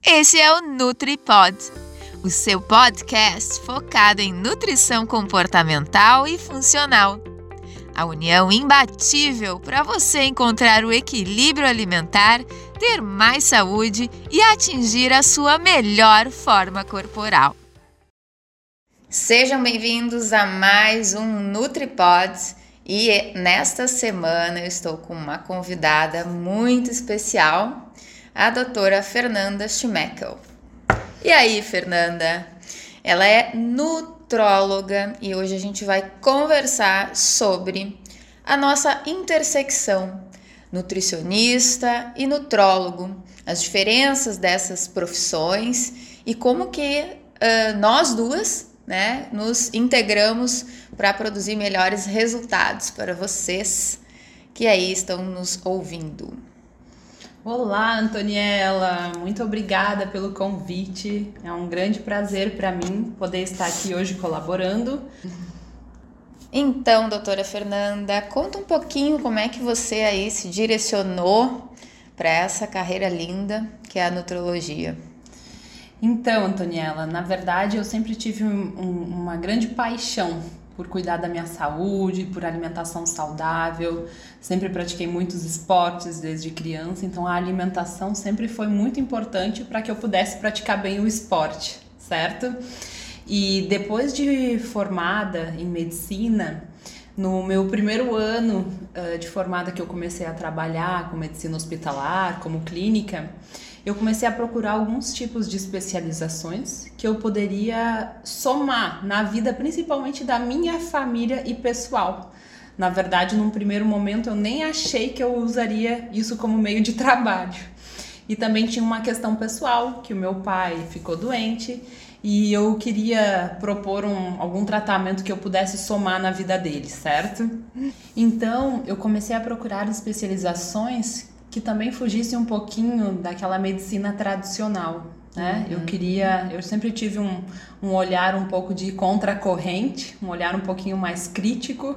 Esse é o NutriPod, o seu podcast focado em nutrição comportamental e funcional. A união imbatível para você encontrar o equilíbrio alimentar, ter mais saúde e atingir a sua melhor forma corporal. Sejam bem-vindos a mais um NutriPod e nesta semana eu estou com uma convidada muito especial, a doutora Fernanda Schmeckel. E aí, Fernanda? Ela é nutróloga e hoje a gente vai conversar sobre a nossa intersecção nutricionista e nutrólogo, as diferenças dessas profissões e como que nós duas, né, nos integramos para produzir melhores resultados para vocês que aí estão nos ouvindo. Olá, Antoniela, muito obrigada pelo convite. É um grande prazer para mim poder estar aqui hoje colaborando. Então, doutora Fernanda, conta um pouquinho como é que você aí se direcionou para essa carreira linda que é a nutrologia. Então, Antoniela, na verdade eu sempre tive uma grande paixão por cuidar da minha saúde, por alimentação saudável. Sempre pratiquei muitos esportes desde criança, então a alimentação sempre foi muito importante para que eu pudesse praticar bem o esporte, certo? E depois de formada em medicina, no meu primeiro ano de formada que eu comecei a trabalhar com medicina hospitalar, como clínica, eu comecei a procurar alguns tipos de especializações que eu poderia somar na vida, principalmente da minha família e pessoal. Na verdade, num primeiro momento, eu nem achei que eu usaria isso como meio de trabalho. E também tinha uma questão pessoal, que o meu pai ficou doente e eu queria propor algum tratamento que eu pudesse somar na vida dele, certo? Então, eu comecei a procurar especializações que também fugisse um pouquinho daquela medicina tradicional, né? Eu sempre tive um olhar um pouco de contracorrente, um olhar um pouquinho mais crítico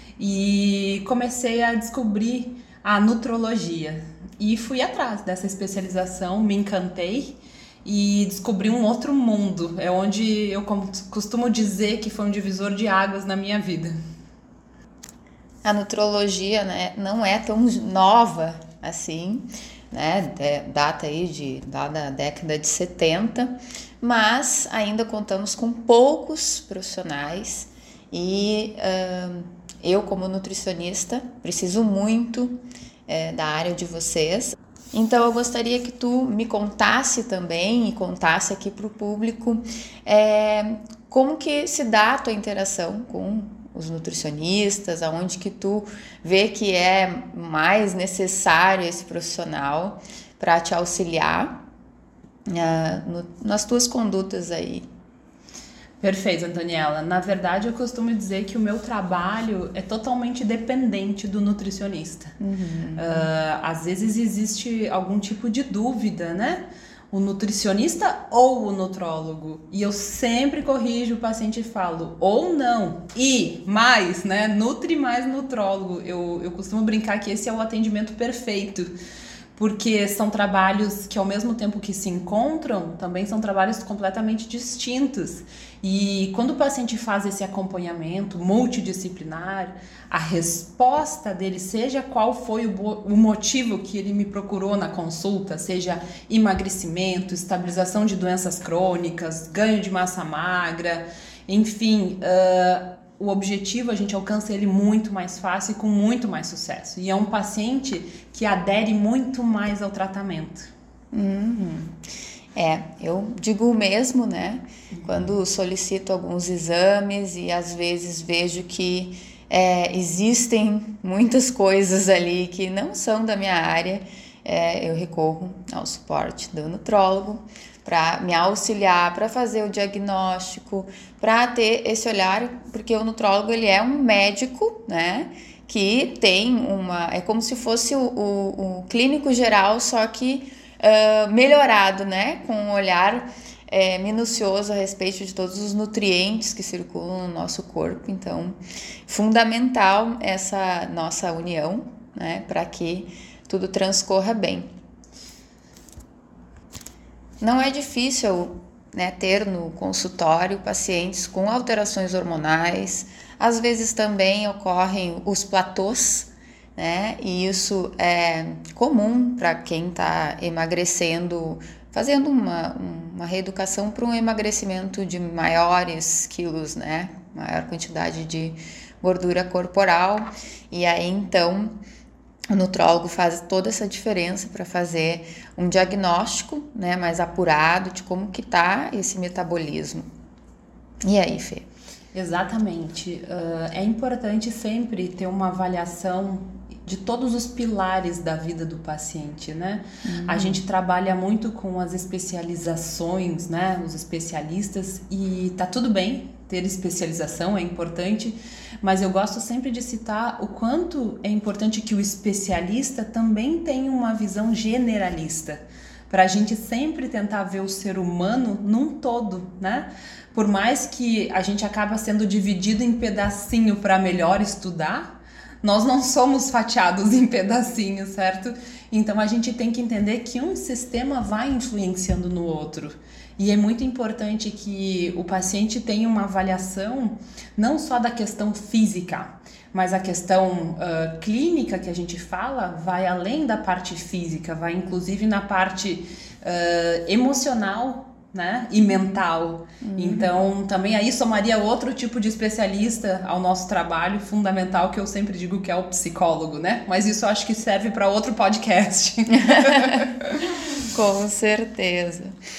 e comecei a descobrir a nutrologia e fui atrás dessa especialização, me encantei e descobri um outro mundo, é onde eu costumo dizer que foi um divisor de águas na minha vida. A nutrologia, né, não é tão nova assim, né, data aí da década de 70, mas ainda contamos com poucos profissionais e eu como nutricionista preciso muito da área de vocês. Então eu gostaria que tu me contasse também e contasse aqui para o público como que se dá a tua interação com os nutricionistas, aonde que tu vê que é mais necessário esse profissional para te auxiliar nas tuas condutas aí. Perfeito, Antoniela. Na verdade, eu costumo dizer que o meu trabalho é totalmente dependente do nutricionista. Às vezes existe algum tipo de dúvida, né? O nutricionista ou o nutrólogo? E eu sempre corrijo o paciente e falo, ou não, e mais, né? Nutri mais nutrólogo. Eu costumo brincar que esse é o atendimento perfeito, porque são trabalhos que ao mesmo tempo que se encontram, também são trabalhos completamente distintos. E quando o paciente faz esse acompanhamento multidisciplinar, a resposta dele, seja qual foi o motivo que ele me procurou na consulta, seja emagrecimento, estabilização de doenças crônicas, ganho de massa magra, enfim, o objetivo a gente alcança ele muito mais fácil e com muito mais sucesso. E é um paciente que adere muito mais ao tratamento. Eu digo o mesmo, né? Quando solicito alguns exames e às vezes vejo que existem muitas coisas ali que não são da minha área, eu recorro ao suporte do nutrólogo para me auxiliar, para fazer o diagnóstico, para ter esse olhar, porque o nutrólogo ele é um médico, né? Que tem é como se fosse o clínico geral, só que melhorado, né? Com um olhar minucioso a respeito de todos os nutrientes que circulam no nosso corpo. Então, fundamental essa nossa união, né? Para que tudo transcorra bem. Não é difícil, né, ter no consultório pacientes com alterações hormonais. Às vezes também ocorrem os platôs, né? E isso é comum para quem está emagrecendo, fazendo uma reeducação para um emagrecimento de maiores quilos, né? Maior quantidade de gordura corporal. E aí então o nutrólogo faz toda essa diferença para fazer um diagnóstico, né, mais apurado de como que tá esse metabolismo. E aí, Fê? Exatamente. É importante sempre ter uma avaliação de todos os pilares da vida do paciente, né? A gente trabalha muito com as especializações, né? Os especialistas, e tá tudo bem ter especialização, é importante, mas eu gosto sempre de citar o quanto é importante que o especialista também tenha uma visão generalista, para a gente sempre tentar ver o ser humano num todo, né? Por mais que a gente acaba sendo dividido em pedacinho para melhor estudar, nós não somos fatiados em pedacinhos, certo? Então a gente tem que entender que um sistema vai influenciando no outro. E é muito importante que o paciente tenha uma avaliação não só da questão física, mas a questão clínica que a gente fala vai além da parte física, vai inclusive na parte emocional, né, e mental. Então também aí somaria outro tipo de especialista ao nosso trabalho fundamental, que eu sempre digo que é o psicólogo, né? Mas isso eu acho que serve para outro podcast. Com certeza.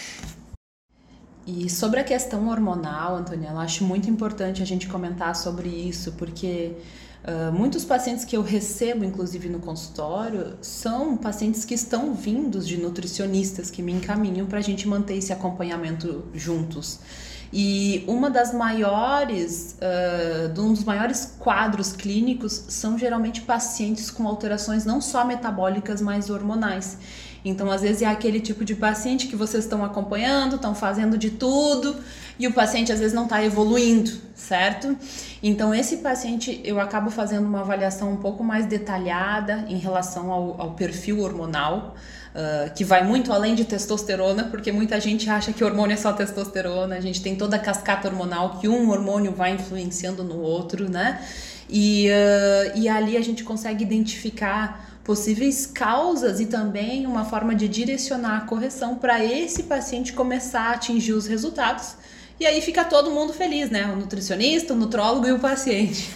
E sobre a questão hormonal, Antoniela, acho muito importante a gente comentar sobre isso, porque muitos pacientes que eu recebo, inclusive no consultório, são pacientes que estão vindos de nutricionistas que me encaminham para a gente manter esse acompanhamento juntos. E uma das maiores, um dos maiores quadros clínicos são geralmente pacientes com alterações não só metabólicas, mas hormonais. Então, às vezes é aquele tipo de paciente que vocês estão acompanhando, estão fazendo de tudo, e o paciente às vezes não está evoluindo, certo? Então, esse paciente eu acabo fazendo uma avaliação um pouco mais detalhada em relação ao perfil hormonal, que vai muito além de testosterona, porque muita gente acha que hormônio é só testosterona. A gente tem toda a cascata hormonal que um hormônio vai influenciando no outro, né? E ali a gente consegue identificar possíveis causas e também uma forma de direcionar a correção para esse paciente começar a atingir os resultados. E aí fica todo mundo feliz, né? O nutricionista, o nutrólogo e o paciente.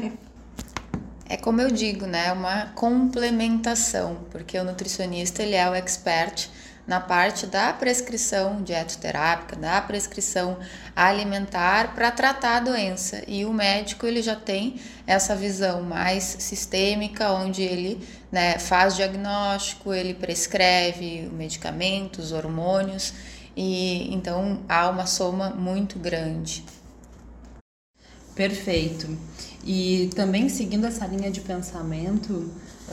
É como eu digo, né? Uma complementação, porque o nutricionista ele é o expert na parte da prescrição dietoterápica, da prescrição alimentar para tratar a doença. E o médico ele já tem essa visão mais sistêmica, onde ele, né, faz diagnóstico, ele prescreve medicamentos, hormônios, e então há uma soma muito grande. Perfeito. E também seguindo essa linha de pensamento,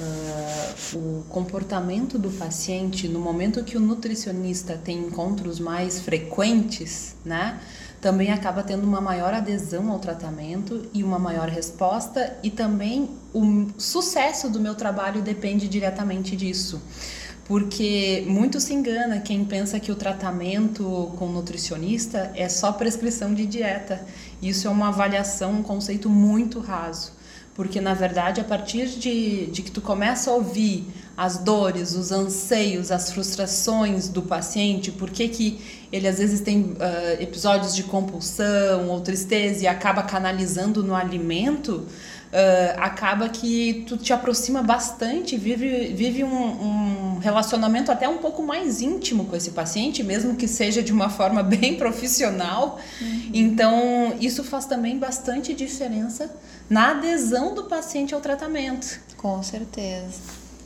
o comportamento do paciente no momento que o nutricionista tem encontros mais frequentes, né, também acaba tendo uma maior adesão ao tratamento e uma maior resposta, e também o sucesso do meu trabalho depende diretamente disso. Porque muito se engana quem pensa que o tratamento com nutricionista é só prescrição de dieta. Isso é uma avaliação, um conceito muito raso. Porque, na verdade, a partir de que tu começa a ouvir as dores, os anseios, as frustrações do paciente, por que ele às vezes tem episódios de compulsão ou tristeza e acaba canalizando no alimento, acaba que tu te aproxima bastante, vive um relacionamento até um pouco mais íntimo com esse paciente, mesmo que seja de uma forma bem profissional. Então, isso faz também bastante diferença na adesão do paciente ao tratamento. Com certeza.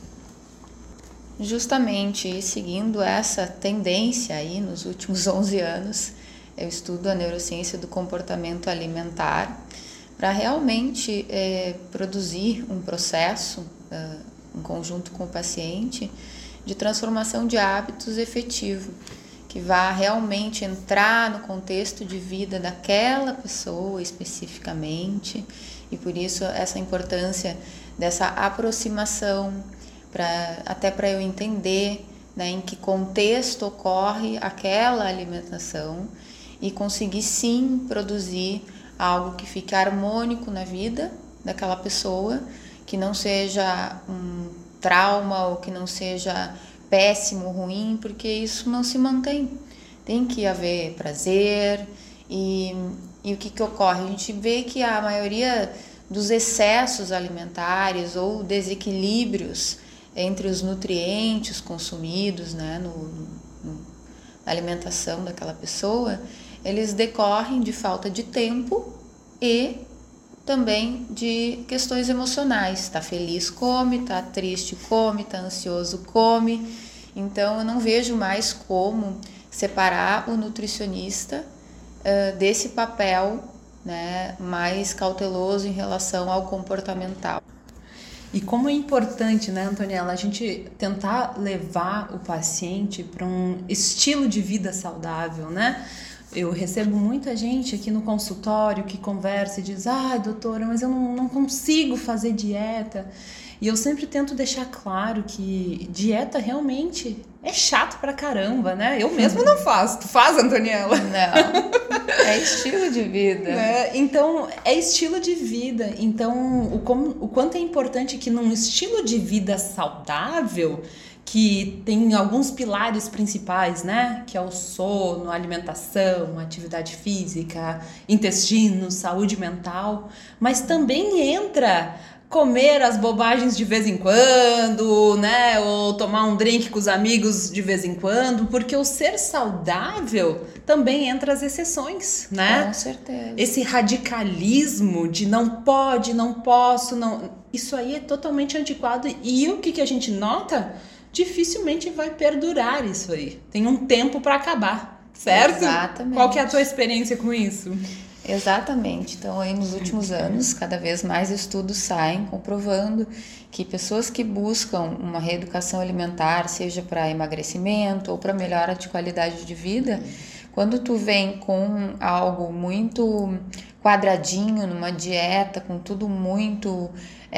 Justamente seguindo essa tendência aí nos últimos 11 anos, eu estudo a neurociência do comportamento alimentar para realmente produzir um processo em conjunto com o paciente de transformação de hábitos efetivo, que vá realmente entrar no contexto de vida daquela pessoa especificamente, e por isso essa importância dessa aproximação, até para eu entender né, em que contexto ocorre aquela alimentação e conseguir sim produzir algo que fique harmônico na vida daquela pessoa, que não seja um trauma ou que não seja péssimo, ruim, porque isso não se mantém. Tem que haver prazer e o que ocorre? A gente vê que a maioria dos excessos alimentares ou desequilíbrios entre os nutrientes consumidos, né, na alimentação daquela pessoa, eles decorrem de falta de tempo e também de questões emocionais. Tá feliz, come, tá triste, come, tá ansioso, come. Então eu não vejo mais como separar o nutricionista desse papel, né, mais cauteloso em relação ao comportamental. E como é importante, né, Antoniela, a gente tentar levar o paciente para um estilo de vida saudável, né? Eu recebo muita gente aqui no consultório que conversa e diz: doutora, mas eu não consigo fazer dieta. E eu sempre tento deixar claro que dieta realmente é chato pra caramba, né? Eu mesmo não faço. Tu faz, Antoniela? Não. É estilo de vida. Né? Então, é estilo de vida. Então, o quanto é importante que num estilo de vida saudável, que tem alguns pilares principais, né? Que é o sono, alimentação, atividade física, intestino, saúde mental, mas também entra comer as bobagens de vez em quando, né? Ou tomar um drink com os amigos de vez em quando, porque o ser saudável também entra as exceções, né? Com certeza. Esse radicalismo de não pode, não posso, não... Isso aí é totalmente antiquado. E o que a gente nota? Dificilmente vai perdurar isso aí. Tem um tempo para acabar, certo? Exatamente. Qual que é a tua experiência com isso? Exatamente. Então, aí nos últimos anos, cada vez mais estudos saem comprovando que pessoas que buscam uma reeducação alimentar, seja para emagrecimento ou para melhora de qualidade de vida, quando tu vem com algo muito quadradinho, numa dieta, com tudo muito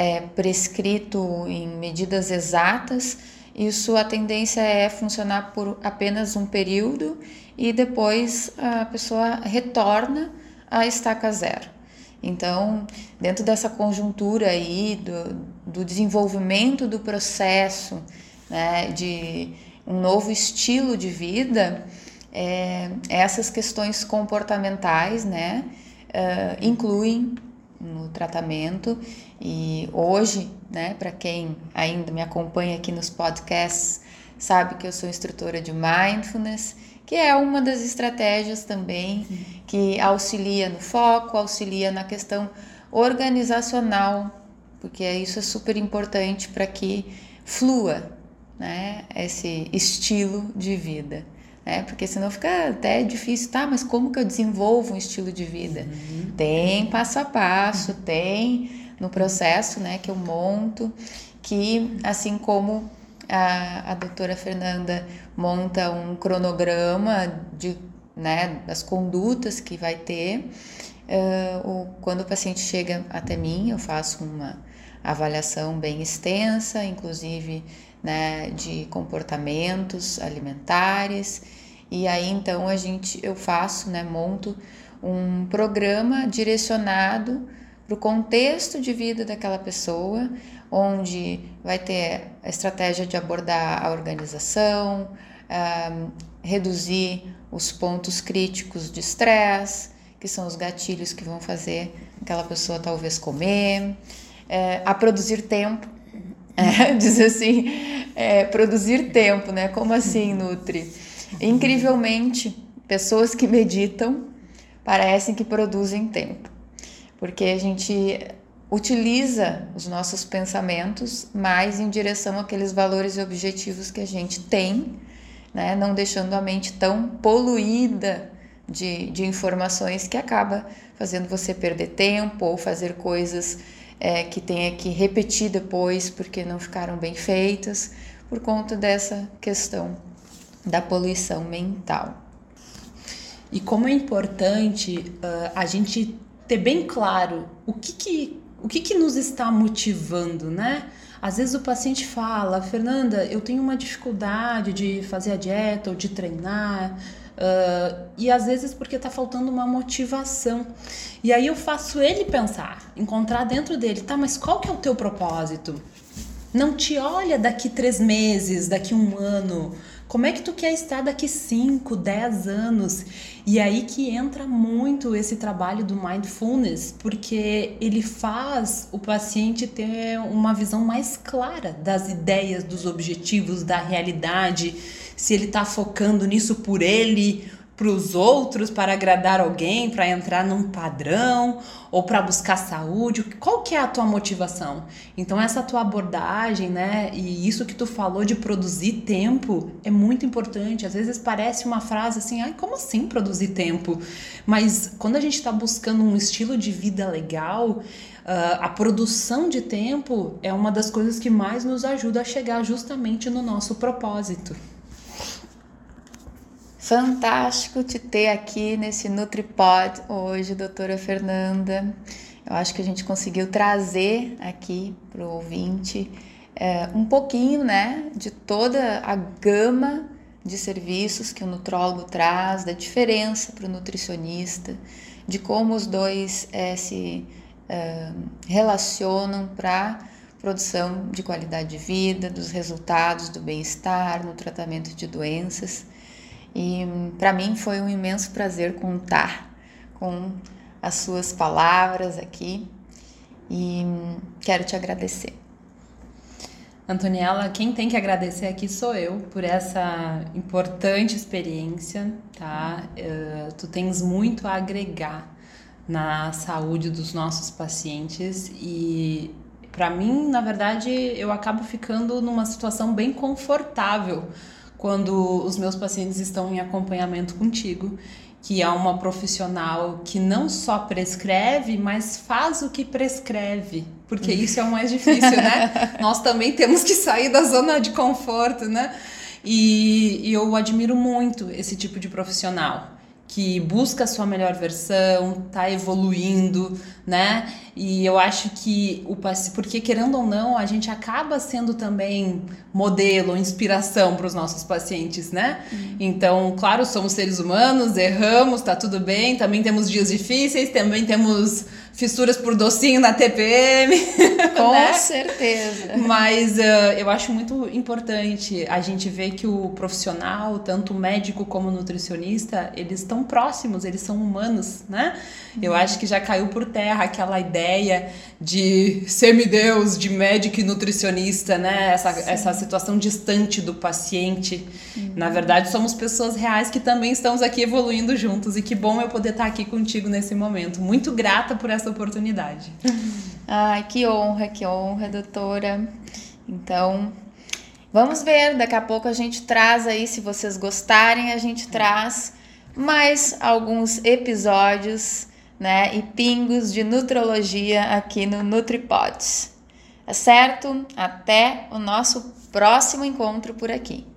prescrito em medidas exatas, isso a tendência é funcionar por apenas um período e depois a pessoa retorna a estaca zero. Então, dentro dessa conjuntura aí do desenvolvimento do processo, né, de um novo estilo de vida, essas questões comportamentais, né, incluem no tratamento. E hoje, né, para quem ainda me acompanha aqui nos podcasts, sabe que eu sou instrutora de Mindfulness, que é uma das estratégias também que auxilia no foco, auxilia na questão organizacional, porque isso é super importante para que flua, né, esse estilo de vida, né? Porque senão fica até difícil, tá, mas como que eu desenvolvo um estilo de vida? Tem passo a passo, tem no processo, né, que eu monto, que assim como a doutora Fernanda monta um cronograma das condutas que vai ter, quando o paciente chega até mim, eu faço uma avaliação bem extensa, inclusive, né, de comportamentos alimentares, e aí então eu faço, né, monto um programa direcionado para o contexto de vida daquela pessoa, onde vai ter a estratégia de abordar a organização, reduzir os pontos críticos de estresse, que são os gatilhos que vão fazer aquela pessoa talvez comer, a produzir tempo, diz assim, produzir tempo, né? Como assim, Nutri? Incrivelmente, pessoas que meditam parecem que produzem tempo, porque a gente utiliza os nossos pensamentos mais em direção àqueles valores e objetivos que a gente tem, né? Não deixando a mente tão poluída de informações que acaba fazendo você perder tempo ou fazer coisas que tenha que repetir depois porque não ficaram bem feitas, por conta dessa questão da poluição mental. E como é importante a gente ter bem claro o que nos está motivando, né, Às vezes o paciente fala, Fernanda, eu tenho uma dificuldade de fazer a dieta ou de treinar, e às vezes porque tá faltando uma motivação. E aí eu faço ele pensar, encontrar dentro dele, tá, mas qual que é o teu propósito? Não te olha daqui 3 meses, daqui 1 ano. Como é que tu quer estar daqui 5, 10 anos? E aí que entra muito esse trabalho do mindfulness, porque ele faz o paciente ter uma visão mais clara das ideias, dos objetivos, da realidade, se ele está focando nisso por ele, para os outros, para agradar alguém, para entrar num padrão ou para buscar saúde. Qual que é a tua motivação? Então essa tua abordagem, né, e isso que tu falou de produzir tempo é muito importante. Às vezes parece uma frase assim, ai, como assim produzir tempo? Mas quando a gente está buscando um estilo de vida legal, a produção de tempo é uma das coisas que mais nos ajuda a chegar justamente no nosso propósito. Fantástico te ter aqui nesse NutriPod hoje, doutora Fernanda. Eu acho que a gente conseguiu trazer aqui para o ouvinte um pouquinho, né, de toda a gama de serviços que o nutrólogo traz, da diferença para o nutricionista, de como os dois se relacionam para produção de qualidade de vida, dos resultados do bem-estar, no tratamento de doenças. E para mim foi um imenso prazer contar com as suas palavras aqui e quero te agradecer. Antoniela, quem tem que agradecer aqui sou eu por essa importante experiência, tá? Tu tens muito a agregar na saúde dos nossos pacientes e para mim, na verdade, eu acabo ficando numa situação bem confortável quando os meus pacientes estão em acompanhamento contigo, que é uma profissional que não só prescreve, mas faz o que prescreve, porque isso é o mais difícil, né? Nós também temos que sair da zona de conforto, né? E eu admiro muito esse tipo de profissional, que busca a sua melhor versão, tá evoluindo, né? E eu acho que porque querendo ou não, a gente acaba sendo também modelo, inspiração para os nossos pacientes, né? Então, claro, somos seres humanos, erramos, tá tudo bem, também temos dias difíceis, também temos fissuras por docinho na TPM. Com né? certeza. Mas eu acho muito importante a gente ver que o profissional, tanto o médico como o nutricionista, eles estão próximos, eles são humanos, né? Eu acho que já caiu por terra aquela ideia de semideus, de médico e nutricionista, né? Essa situação distante do paciente. Na verdade, somos pessoas reais que também estamos aqui evoluindo juntos. E que bom eu poder estar aqui contigo nesse momento. Muito grata por essa oportunidade. Ai, que honra, doutora. Então, vamos ver. Daqui a pouco a gente traz aí, se vocês gostarem, a gente traz mais alguns episódios, né, e pingos de nutrologia aqui no NutriPod. Tá certo? Até o nosso próximo encontro por aqui.